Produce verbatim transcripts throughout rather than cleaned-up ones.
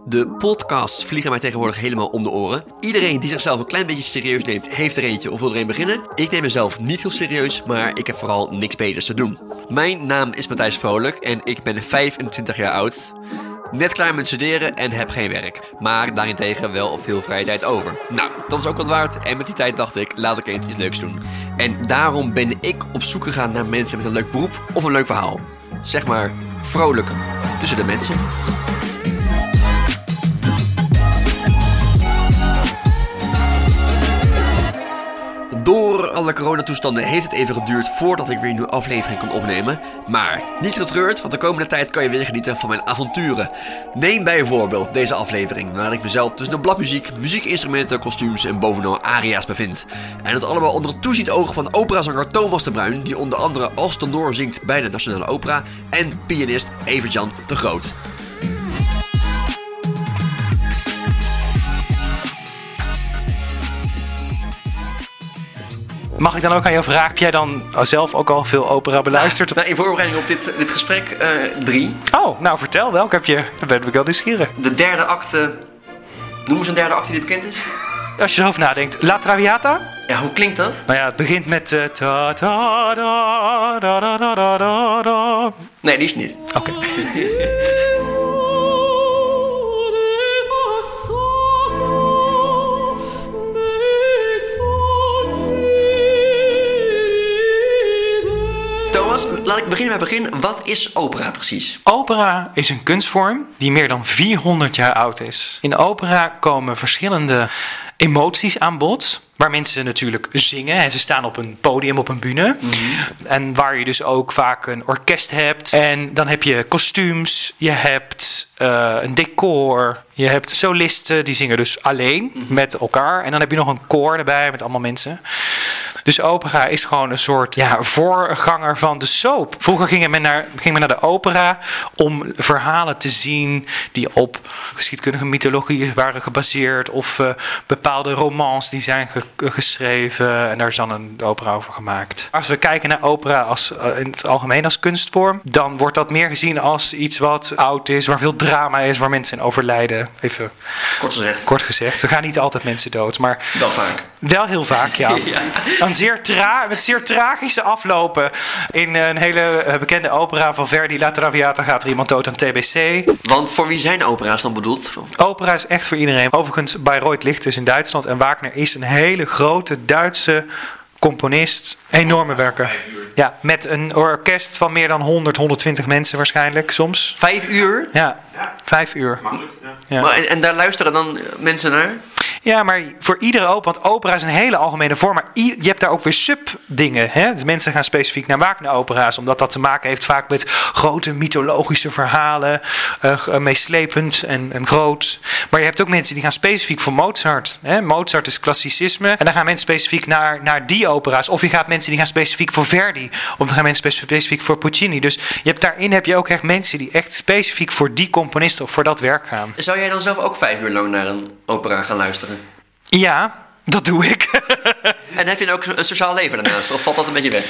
De podcasts vliegen mij tegenwoordig helemaal om de oren. Iedereen die zichzelf een klein beetje serieus neemt, heeft er eentje of wil er een beginnen. Ik neem mezelf niet heel serieus, maar ik heb vooral niks beters te doen. Mijn naam is Matthijs Vrolijk en ik ben vijfentwintig jaar oud. Net klaar met studeren en heb geen werk. Maar daarentegen wel veel vrije tijd over. Nou, dat is ook wat waard. En met die tijd dacht ik, laat ik eens iets leuks doen. En daarom ben ik op zoek gegaan naar mensen met een leuk beroep of een leuk verhaal. Zeg maar, vrolijk tussen de mensen. Door alle coronatoestanden heeft het even geduurd voordat ik weer een nieuwe aflevering kon opnemen. Maar niet getreurd, want de komende tijd kan je weer genieten van mijn avonturen. Neem bijvoorbeeld deze aflevering, waar ik mezelf tussen de bladmuziek, muziekinstrumenten, kostuums en bovenal aria's bevind. En dat allemaal onder het toezicht oog van operazanger Thomas de Bruin, die onder andere als tenor zingt bij de Nationale Opera, en pianist Evert-Jan de Groot. Mag ik dan ook aan jou vragen, heb jij dan zelf ook al veel opera beluisterd? Nou, in voorbereiding op dit, dit gesprek, uh, drie. Oh, nou vertel, welke heb je? Dan ben ik wel nieuwsgierig. De derde acte, noem eens een derde acte die bekend is. Als je erover nadenkt, La Traviata? Ja, hoe klinkt dat? Nou ja, het begint met... Uh, ta, ta, da, da, da, da, da, da, da. Nee, die is niet. Oké. Okay. Thomas, laat ik beginnen met het begin. Wat is opera precies? Opera is een kunstvorm die meer dan vierhonderd jaar oud is. In de opera komen verschillende emoties aan bod. Waar mensen natuurlijk zingen en ze staan op een podium, op een bühne. Mm-hmm. En waar je dus ook vaak een orkest hebt. En dan heb je kostuums, je hebt uh, een decor. Je hebt solisten, die zingen dus alleen mm-hmm. met elkaar. En dan heb je nog een koor erbij met allemaal mensen. Dus opera is gewoon een soort ja, voorganger van de soap. Vroeger ging men, naar, ging men naar de opera om verhalen te zien die op geschiedkundige mythologie waren gebaseerd. Of uh, bepaalde romans die zijn ge- geschreven. En daar is dan een opera over gemaakt. Als we kijken naar opera als, uh, in het algemeen als kunstvorm, dan wordt dat meer gezien als iets wat oud is, waar veel drama is, waar mensen in overlijden. Even kort gezegd. Kort gezegd. Er gaan niet altijd mensen dood, maar wel vaak. Wel heel vaak, ja. ja. Een zeer tra- met zeer tragische aflopen. In een hele uh, bekende opera van Verdi, La Traviata, gaat er iemand dood aan T B C. Want voor wie zijn opera's dan bedoeld? Opera is echt voor iedereen. Overigens, Bayreuth ligt dus in Duitsland en Wagner is een hele grote Duitse componist. Enorme werken. Ja, met een orkest van meer dan honderd, honderdtwintig mensen waarschijnlijk soms. Vijf uur? Ja, vijf uur. Makkelijk, ja. Ja. Maar en, en daar luisteren dan mensen naar? Ja, maar voor iedere opera, want opera is een hele algemene vorm, maar je hebt daar ook weer sub-dingen. Hè? Dus mensen gaan specifiek naar Wagner-opera's, omdat dat te maken heeft vaak met grote mythologische verhalen, uh, meeslepend en, en groot. Maar je hebt ook mensen die gaan specifiek voor Mozart. Hè? Mozart is klassicisme en dan gaan mensen specifiek naar, naar die opera's. Of je gaat mensen die gaan specifiek voor Verdi, of dan gaan mensen specifiek voor Puccini. Dus je hebt, daarin heb je ook echt mensen die echt specifiek voor die componisten of voor dat werk gaan. Zou jij dan zelf ook vijf uur lang naar een opera gaan luisteren? Ja, dat doe ik. En heb je dan ook een sociaal leven daarnaast? Of valt dat een beetje weg?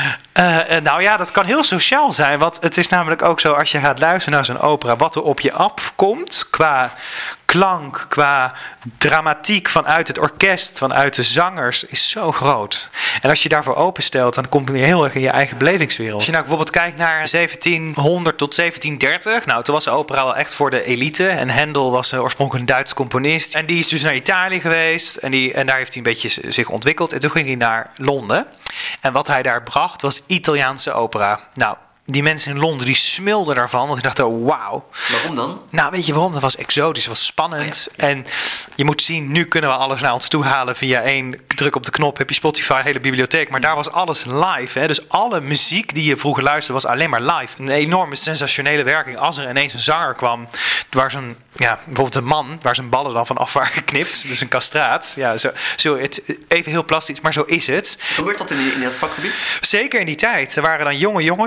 Uh, nou ja, dat kan heel sociaal zijn. Want het is namelijk ook zo, als je gaat luisteren naar zo'n opera, wat er op je afkomt qua klank, qua dramatiek vanuit het orkest, vanuit de zangers, is zo groot. En als je daarvoor openstelt, dan kom je heel erg in je eigen belevingswereld. Als je nou bijvoorbeeld kijkt naar zeventienhonderd tot zeventiendertig, nou toen was de opera wel echt voor de elite. En Handel was uh, oorspronkelijk een Duitse componist. En die is dus naar Italië geweest en, die, en daar heeft hij een beetje zich ontwikkeld. En toen ging hij naar Londen. En wat hij daar bracht was Italiaanse opera. Nou, die mensen in Londen, die smilden daarvan. Want die dachten, oh, wauw. Waarom dan? Nou, weet je waarom? Dat was exotisch, dat was spannend. Oh ja. En je moet zien, nu kunnen we alles naar ons toe halen via één druk op de knop. Heb je Spotify, hele bibliotheek. Maar daar was alles live. Hè? Dus alle muziek die je vroeger luisterde, was alleen maar live. Een enorme sensationele werking. Als er ineens een zanger kwam, waar zo'n, ja, bijvoorbeeld een man, waar zijn ballen dan van af waren geknipt. Dus een castraat. Ja, zo, zo, het, even heel plastisch, maar zo is het. Gebeurt dat in, in dat vakgebied? Zeker in die tijd. Er waren dan jonge jongens, die waren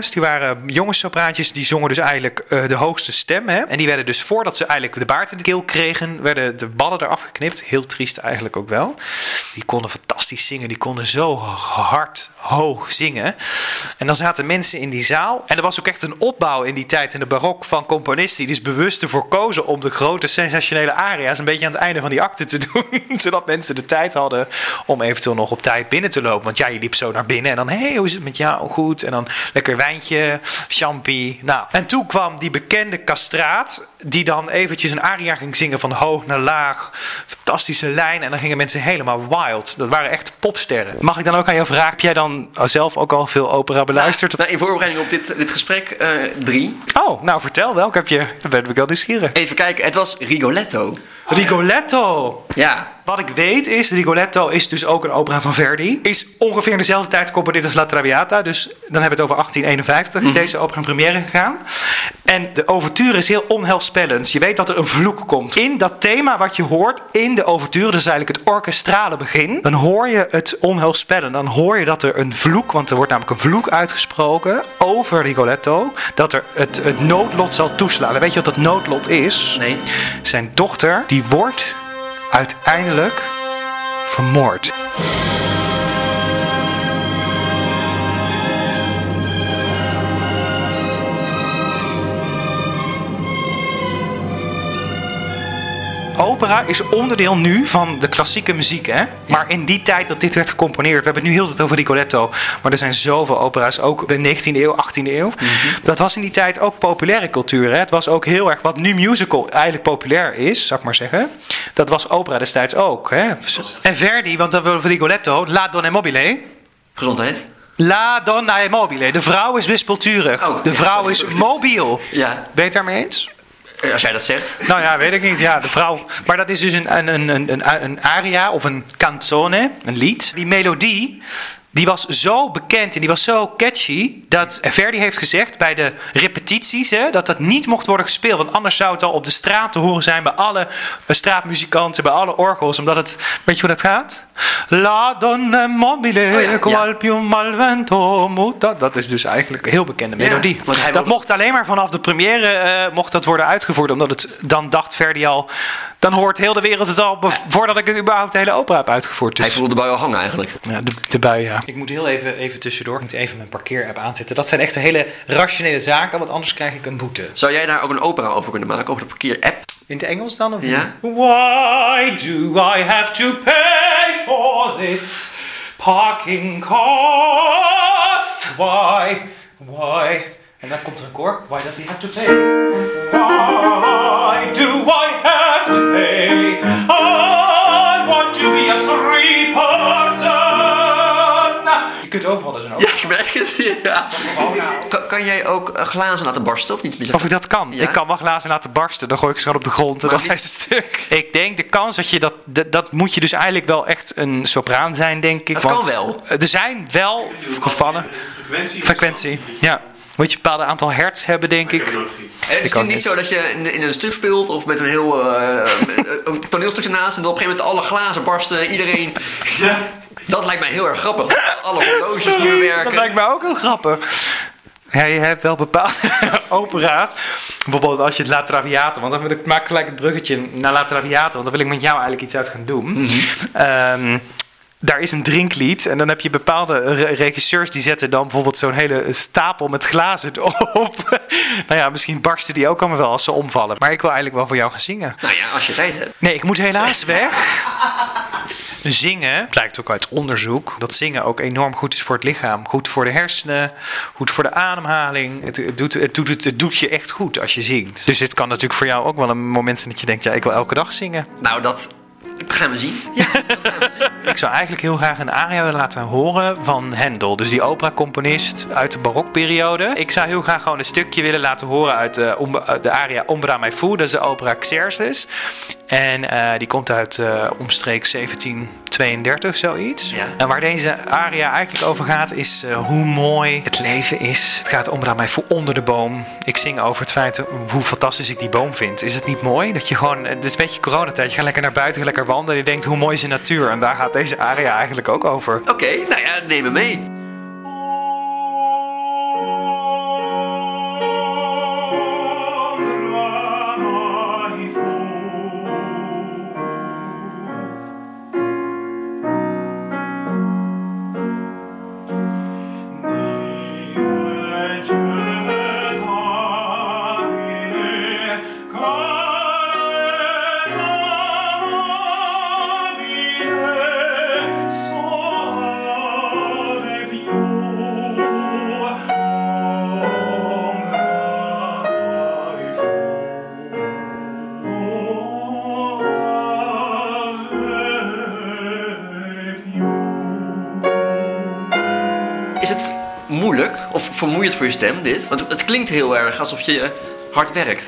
uh, jongenssopraantjes die zongen dus eigenlijk uh, de hoogste stem. Hè? En die werden dus voordat ze eigenlijk de baard in de keel kregen, werden de ballen eraf geknipt. Heel triest eigenlijk ook wel. Die konden fantastisch zingen. Die konden zo hard, hoog zingen. En dan zaten mensen in die zaal. En er was ook echt een opbouw in die tijd in de barok van componisten die dus bewust ervoor kozen om de grote sensationele aria's een beetje aan het einde van die acte te doen. Zodat mensen de tijd hadden om eventueel nog op tijd binnen te lopen. Want ja, je liep zo naar binnen en dan, hé, hey, hoe is het met jou? Goed. En dan lekker wijntje, champie. Nou, en toen kwam die bekende castraat, die dan eventjes een aria ging zingen van hoog naar laag. Fantastische lijn. En dan gingen mensen helemaal wild. Dat waren echt popsterren. Mag ik dan ook aan jou vragen, heb jij dan zelf ook al veel opera beluisterd? Nou, in voorbereiding op dit, dit gesprek, uh, drie. Oh, nou vertel, welke heb je? Dan ben ik wel nieuwsgierig. Even kijken, het was Rigoletto. Rigoletto! Ja. Wat ik weet is, Rigoletto is dus ook een opera van Verdi. Is ongeveer in dezelfde tijd gecomponeerd als La Traviata. Dus dan hebben we het over achttien eenenvijftig. Is mm-hmm. deze opera in première gegaan. En de ouverture is heel onheilspellend. Je weet dat er een vloek komt. In dat thema wat je hoort in de ouverture, dus eigenlijk het orkestrale begin, dan hoor je het onheilspellend. Dan hoor je dat er een vloek, want er wordt namelijk een vloek uitgesproken over Rigoletto, dat er het, het noodlot zal toeslaan. En weet je wat dat noodlot is? Nee. Zijn dochter, die wordt uiteindelijk vermoord. Opera is onderdeel nu van de klassieke muziek, hè? Maar in die tijd dat dit werd gecomponeerd, we hebben het nu heel de tijd over Rigoletto, maar er zijn zoveel opera's, ook de negentiende eeuw, achttiende eeuw. Mm-hmm. Dat was in die tijd ook populaire cultuur, hè? Het was ook heel erg wat nu musical eigenlijk populair is, zou ik maar zeggen. Dat was opera destijds ook, hè? En Verdi, want dat wil Rigoletto, La Donna è mobile. Gezondheid. La donna è mobile. De vrouw is wispelturig. Oh, de vrouw ja, is mobiel. Ja. Ben je het daarmee eens? Als jij dat zegt. Nou ja, weet ik niet. Ja, de vrouw. Maar dat is dus een, een, een, een, een aria of een canzone, een lied. Die melodie, die was zo bekend en die was zo catchy, dat Verdi heeft gezegd bij de repetities, hè, dat dat niet mocht worden gespeeld. Want anders zou het al op de straat te horen zijn bij alle straatmuzikanten, bij alle orgels. Omdat het, weet je hoe dat gaat? La donna mobile, oh ja, qual più mal vento muta. Dat is dus eigenlijk een heel bekende melodie. Ja, dat wilde... mocht alleen maar vanaf de première uh, mocht dat worden uitgevoerd. Omdat het, dan dacht Verdi al, dan hoort heel de wereld het al bev- voordat ik het überhaupt de hele opera heb uitgevoerd. Dus... Hij voelde de bui al hangen eigenlijk. Ja, de, de bui, ja. Ik moet heel even, even tussendoor. Ik moet even mijn parkeerapp aanzetten. Dat zijn echt hele rationele zaken, want anders krijg ik een boete. Zou jij daar ook een opera over kunnen maken, over de parkeerapp? In het Engels dan? Of ja. Why do I have to pay for this parking cost? Why? Why? En dan komt er een koor. Why does he have to pay? Why do I have to pay? I want to be a free person. Je kunt overal dus een opera. Ja, ik merk het. Ja. Kan, kan jij ook glazen laten barsten of niet? Of ik dat kan? Ja? Ik kan wel glazen laten barsten. Dan gooi ik ze gewoon op de grond en dat zijn ze stuk. Ik denk de kans dat je dat, dat... Dat moet je dus eigenlijk wel echt een sopraan zijn, denk ik. Dat want kan wel. Er zijn wel gevallen. Frequentie. Frequentie, ja. Moet je een bepaald aantal hertz hebben, denk ik. Het is niet zo dat je in, in een stuk speelt of met een heel uh, een toneelstuk ernaast en dan op een gegeven moment alle glazen barsten, iedereen... Ja. Dat lijkt mij heel erg grappig. Alle horloges die we werken. Dat lijkt mij ook heel grappig. Ja, je hebt wel bepaalde opera's. Bijvoorbeeld als je het La Traviata... Want dan wil ik, maak gelijk het bruggetje naar La Traviata. Want daar wil ik met jou eigenlijk iets uit gaan doen. Mm-hmm. Um, daar is een drinklied. En dan heb je bepaalde re- regisseurs... die zetten dan bijvoorbeeld zo'n hele stapel met glazen op. Nou ja, misschien barsten die ook allemaal wel als ze omvallen. Maar ik wil eigenlijk wel voor jou gaan zingen. Nou ja, als je tijd hebt. Nee, ik moet helaas weg. Zingen, blijkt ook uit onderzoek, dat zingen ook enorm goed is voor het lichaam. Goed voor de hersenen, goed voor de ademhaling. Het, het, doet, het, doet, het, het doet je echt goed als je zingt. Dus dit kan natuurlijk voor jou ook wel een moment zijn dat je denkt, ja, ik wil elke dag zingen. Nou, dat gaan we zien. Ja, dat gaan we zien. Ik zou eigenlijk heel graag een aria willen laten horen van Handel. Dus die operacomponist uit de barokperiode. Ik zou heel graag gewoon een stukje willen laten horen uit de, de aria Ombra mai fu. Dat is de opera Xerxes. En uh, die komt uit uh, omstreeks zeventien tweeëndertig, zoiets. Ja. En waar deze aria eigenlijk over gaat is uh, hoe mooi het leven is. Het gaat Ombra mai fu onder de boom. Ik zing over het feit hoe fantastisch ik die boom vind. Is het niet mooi? Dat je gewoon, het is een beetje coronatijd. Je gaat lekker naar buiten, lekker wandelen. En je denkt hoe mooi is de natuur. En daar gaat deze aria eigenlijk ook over. Oké, okay, nou ja, neem me mee. moeilijk of vermoeiend voor je stem, dit? Want het, het klinkt heel erg alsof je hard werkt.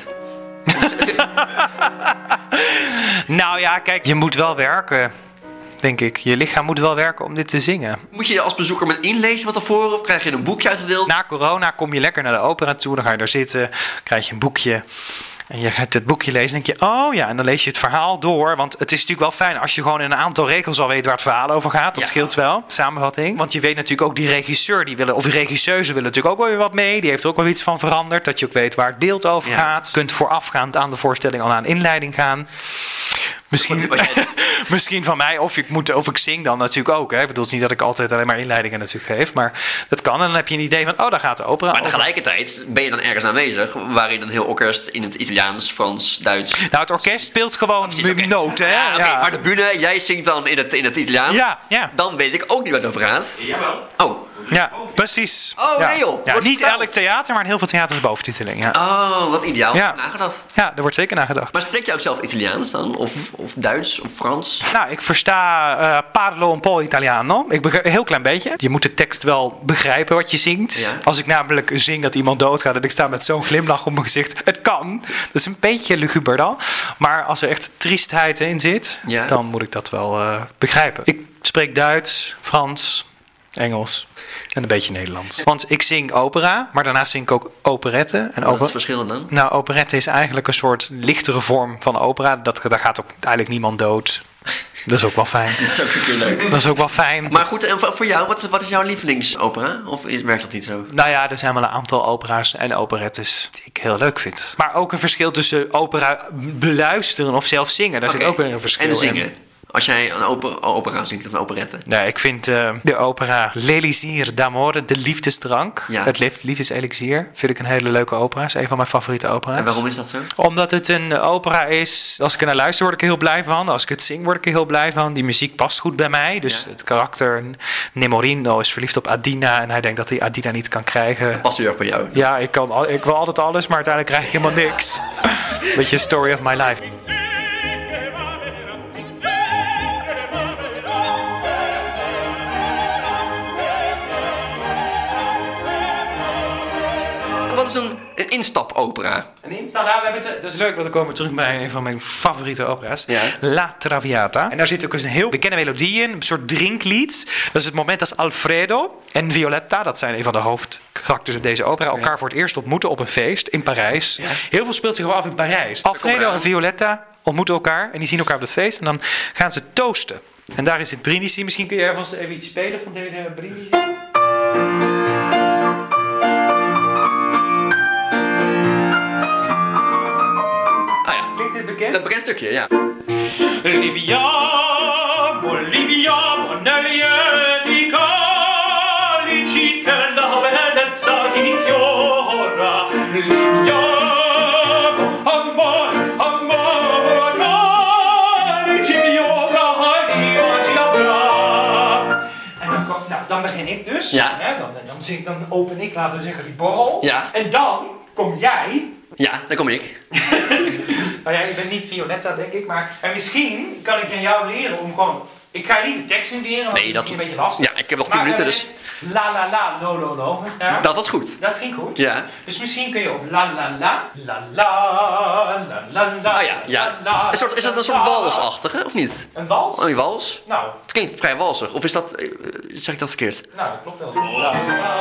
Nou ja, kijk, je moet wel werken, denk ik. Je lichaam moet wel werken om dit te zingen. Moet je als bezoeker met inlezen wat tevoren of krijg je een boekje uitgedeeld? Na corona kom je lekker naar de opera toe, dan ga je daar zitten, krijg je een boekje. En je gaat het boekje lezen en denk je, oh ja, en dan lees je het verhaal door. Want het is natuurlijk wel fijn als je gewoon in een aantal regels al weet waar het verhaal over gaat. Dat ja. scheelt wel, samenvatting. Want je weet natuurlijk ook die regisseur, die willen, of die regisseuse willen natuurlijk ook wel weer wat mee. Die heeft er ook wel iets van veranderd. Dat je ook weet waar het beeld over ja. gaat. Je kunt voorafgaand aan de voorstelling al naar een inleiding gaan. Misschien, misschien van mij, of ik, moet, of ik zing dan natuurlijk ook. Hè. Ik bedoel, het is niet dat ik altijd alleen maar inleidingen natuurlijk geef. Maar dat kan. En dan heb je een idee van, oh, daar gaat de opera. Maar tegelijkertijd ben je dan ergens aanwezig waarin een heel orkest in het Italiaans, Frans, Duits... Nou, het orkest speelt gewoon precies, okay. noten. Hè? Ja, okay. Ja. Maar de bühne, jij zingt dan in het, in het Italiaans. Ja, ja. Dan weet ik ook niet wat het over gaat. Jawel. Oh. Ja, precies. Oh, ja. nee joh. Ja, Wordt niet verteld. elk theater, maar in heel veel theaters boventiteling. Ja. Oh, wat ideaal. Ja. Nagedacht. Ja, er wordt zeker nagedacht. Maar spreek je ook zelf Italiaans dan? Of, of Duits of Frans? Nou, ik versta uh, parlo un po' italiano. Ik begrijp een heel klein beetje. Je moet de tekst wel begrijpen wat je zingt. Ja. Als ik namelijk zing dat iemand doodgaat en ik sta met zo'n glimlach op mijn gezicht. Het kan. Dat is een beetje luguber dan. Maar als er echt triestheid in zit, Ja. dan moet ik dat wel uh, begrijpen. Ik spreek Duits, Frans, Engels en een beetje Nederlands. Want ik zing opera, maar daarnaast zing ik ook operette. En Wat is oper- het verschil dan? Nou, operette is eigenlijk een soort lichtere vorm van opera. Dat, daar gaat ook eigenlijk niemand dood. Dat is ook wel fijn. Dat is ook een keer leuk. Dat is ook wel fijn. Maar goed, en voor jou, wat is, wat is jouw lievelingsopera? Of is, werkt dat niet zo? Nou ja, er zijn wel een aantal opera's en operettes die ik heel leuk vind. Maar ook een verschil tussen opera beluisteren of zelf zingen. Daar Oké. zit ook weer een verschil En zingen. in. Als jij een opera, opera zingt of een operette. Nee, ik vind uh, de opera L'Elisir d'Amore, de liefdesdrank, Ja. het lief, liefdeselixier, vind ik een hele leuke opera. Is een van mijn favoriete opera's. En waarom is dat zo? Omdat het een opera is, als ik er naar luister word ik er heel blij van. Als ik het zing word ik er heel blij van. Die muziek past goed bij mij. Dus Ja. het karakter Nemorino is verliefd op Adina en hij denkt dat hij Adina niet kan krijgen. Past weer ook bij jou. Ja, ik, kan, al- ik wil altijd alles, maar uiteindelijk krijg ik helemaal niks. Beetje story of my life. Wat is een, een instapopera? Een insta, nou, we hebben het, dat is leuk, want dan komen we terug bij een van mijn favoriete opera's. Ja. La Traviata. En daar zit ook eens een heel bekende melodie in, een soort drinklied. Dat is het moment als Alfredo en Violetta, dat zijn een van de hoofdkarakters in deze opera, elkaar voor het eerst ontmoeten op een feest in Parijs. Ja. Heel veel speelt zich wel af in Parijs. Alfredo eraan. en Violetta ontmoeten elkaar en die zien elkaar op dat feest en dan gaan ze toosten. En daar is het Brindisi. Misschien kun je even, even iets spelen van deze Brindisi. Ah ja, Klinkt dit bekend? dat bekend stukje, ja. Libiamo, libiamo negli di calici che la bellezza infiora. Libiamo, amore, amore, calici viola, viaggi afra. En dan, kom, nou, dan begin ik dus. Ja. Hè, dan, dan, zing, dan open ik, laten we zeggen, die borrel. Ja. En dan kom jij. Ja, daar kom ik. Nou ja, ik ben niet Violetta, denk ik, maar en misschien kan ik aan jou leren om gewoon... Ik ga je niet de tekst nu leren, want Nee, dat is dat- een beetje lastig. ja, ik heb nog tien Maar, minuten, eh, dus- La la la, lo lo lo. Ja, Dat was goed. dat ging goed. Ja. Dus misschien kun je op la la la, la la, la la la. Ah ja, ja. la, la, Een soort, is dat een soort la. walsachtige, of niet? Een wals? Oh, een wals? Nou, Het klinkt vrij walsig. Of is dat... eh, zeg ik dat verkeerd? nou, dat klopt wel. La,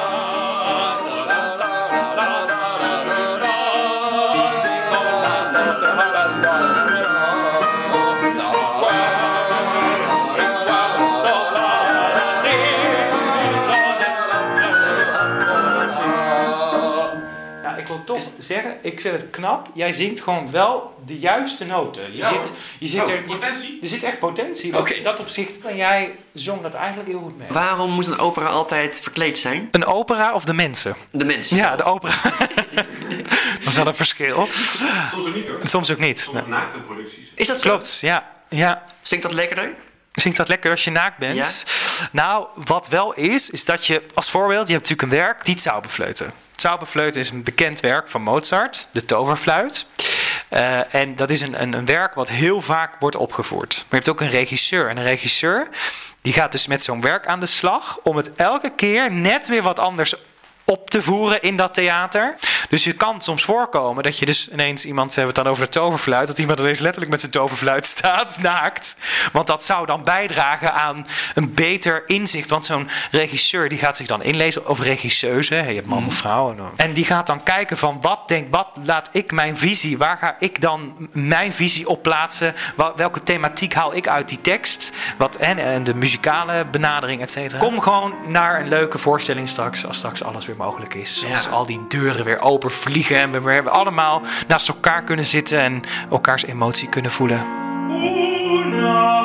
Ja, ik wil toch zeggen, ik vind het knap. Jij zingt gewoon wel de juiste noten. Je Ja, zit, hoor. je zit Oh, er, potentie. er zit echt potentie. Want Oké. in dat opzicht, en jij zong dat eigenlijk heel goed mee. Waarom moet een opera altijd verkleed zijn? Een opera of de mensen? De mensen. Ja, de opera. Dat is wel een verschil. Soms ook niet hoor. Soms ook niet. Sommige Nee. naakte producties. Is dat zo? Klopt, ja. ja. Zingt dat lekkerder? Zingt dat lekker als je naakt bent? Nou, wat wel is, is dat je als voorbeeld, je hebt natuurlijk een werk, die Zauberfleuten. Zauberfleuten is een bekend werk van Mozart, de toverfluit. Uh, en dat is een, een, een werk wat heel vaak wordt opgevoerd. Maar je hebt ook een regisseur. En een regisseur die gaat dus met zo'n werk aan de slag om het elke keer net weer wat anders op te voeren in dat theater. Dus je kan soms voorkomen dat je dus ineens iemand, hebben het dan over de toverfluit, dat iemand ineens letterlijk met zijn toverfluit staat, naakt. Want dat zou dan bijdragen aan een beter inzicht. Want zo'n regisseur die gaat zich dan inlezen, of regisseuse, je hebt man of vrouw. En die gaat dan kijken van wat denk, wat laat ik mijn visie, waar ga ik dan mijn visie op plaatsen, welke thematiek haal ik uit die tekst, wat, en, en de muzikale benadering, et cetera. Kom gewoon naar een leuke voorstelling straks, als straks alles weer mogelijk is. Als ja. al die deuren weer open vliegen en we weer allemaal naast elkaar kunnen zitten en elkaars emotie kunnen voelen. Una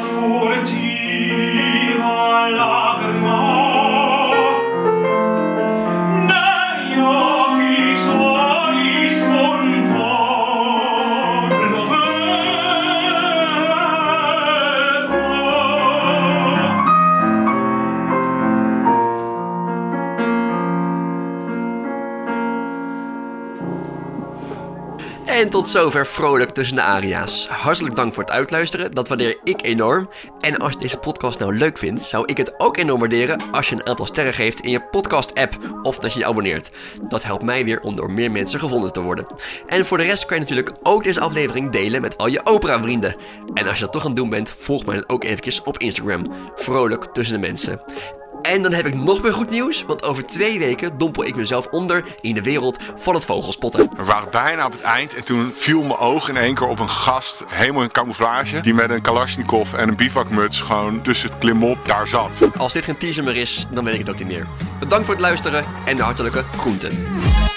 furtiva lagrima. En tot zover Vrolijk tussen de aria's. Hartelijk dank voor het uitluisteren, dat waardeer ik enorm. En als je deze podcast nou leuk vindt, zou ik het ook enorm waarderen als je een aantal sterren geeft in je podcast-app of dat je je abonneert. Dat helpt mij weer om door meer mensen gevonden te worden. En voor de rest kan je natuurlijk ook deze aflevering delen met al je opera-vrienden. En als je dat toch aan het doen bent, volg mij dan ook eventjes op Instagram. Vrolijk tussen de mensen. En dan heb ik nog meer goed nieuws, want over twee weken dompel ik mezelf onder in de wereld van het vogelspotten. We waren bijna op het eind en toen viel mijn oog in één keer op een gast, helemaal in camouflage, die met een Kalashnikov en een bivakmuts gewoon tussen het klimop daar zat. Als dit geen teaser meer is, dan weet ik het ook niet meer. Bedankt voor het luisteren en de hartelijke groenten.